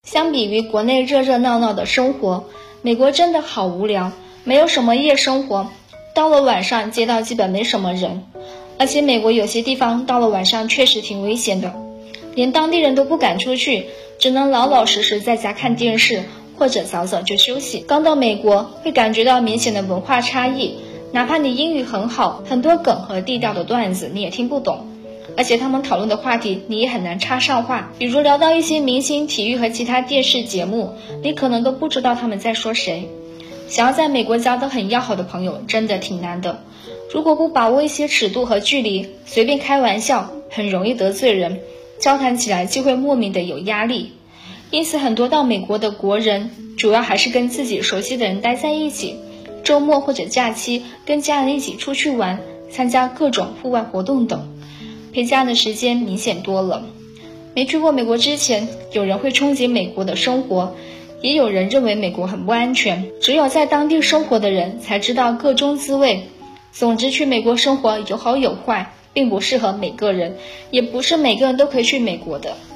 相比于国内热热闹闹的生活，美国真的好无聊，没有什么夜生活，到了晚上街道基本没什么人，而且美国有些地方到了晚上确实挺危险的，连当地人都不敢出去，只能老老实实在家看电视，或者早早就休息。刚到美国会感觉到明显的文化差异，哪怕你英语很好，很多梗和地道的段子你也听不懂，而且他们讨论的话题你也很难插上话，比如聊到一些明星、体育和其他电视节目，你可能都不知道他们在说谁。想要在美国交到很要好的朋友真的挺难的，如果不把握一些尺度和距离，随便开玩笑很容易得罪人，交谈起来就会莫名的有压力。因此很多到美国的国人主要还是跟自己熟悉的人待在一起，周末或者假期跟家人一起出去玩，参加各种户外活动等，陪家人的时间明显多了。没去过美国之前，有人会憧憬美国的生活，也有人认为美国很不安全，只有在当地生活的人才知道各中滋味。总之去美国生活有好有坏，并不适合每个人，也不是每个人都可以去美国的。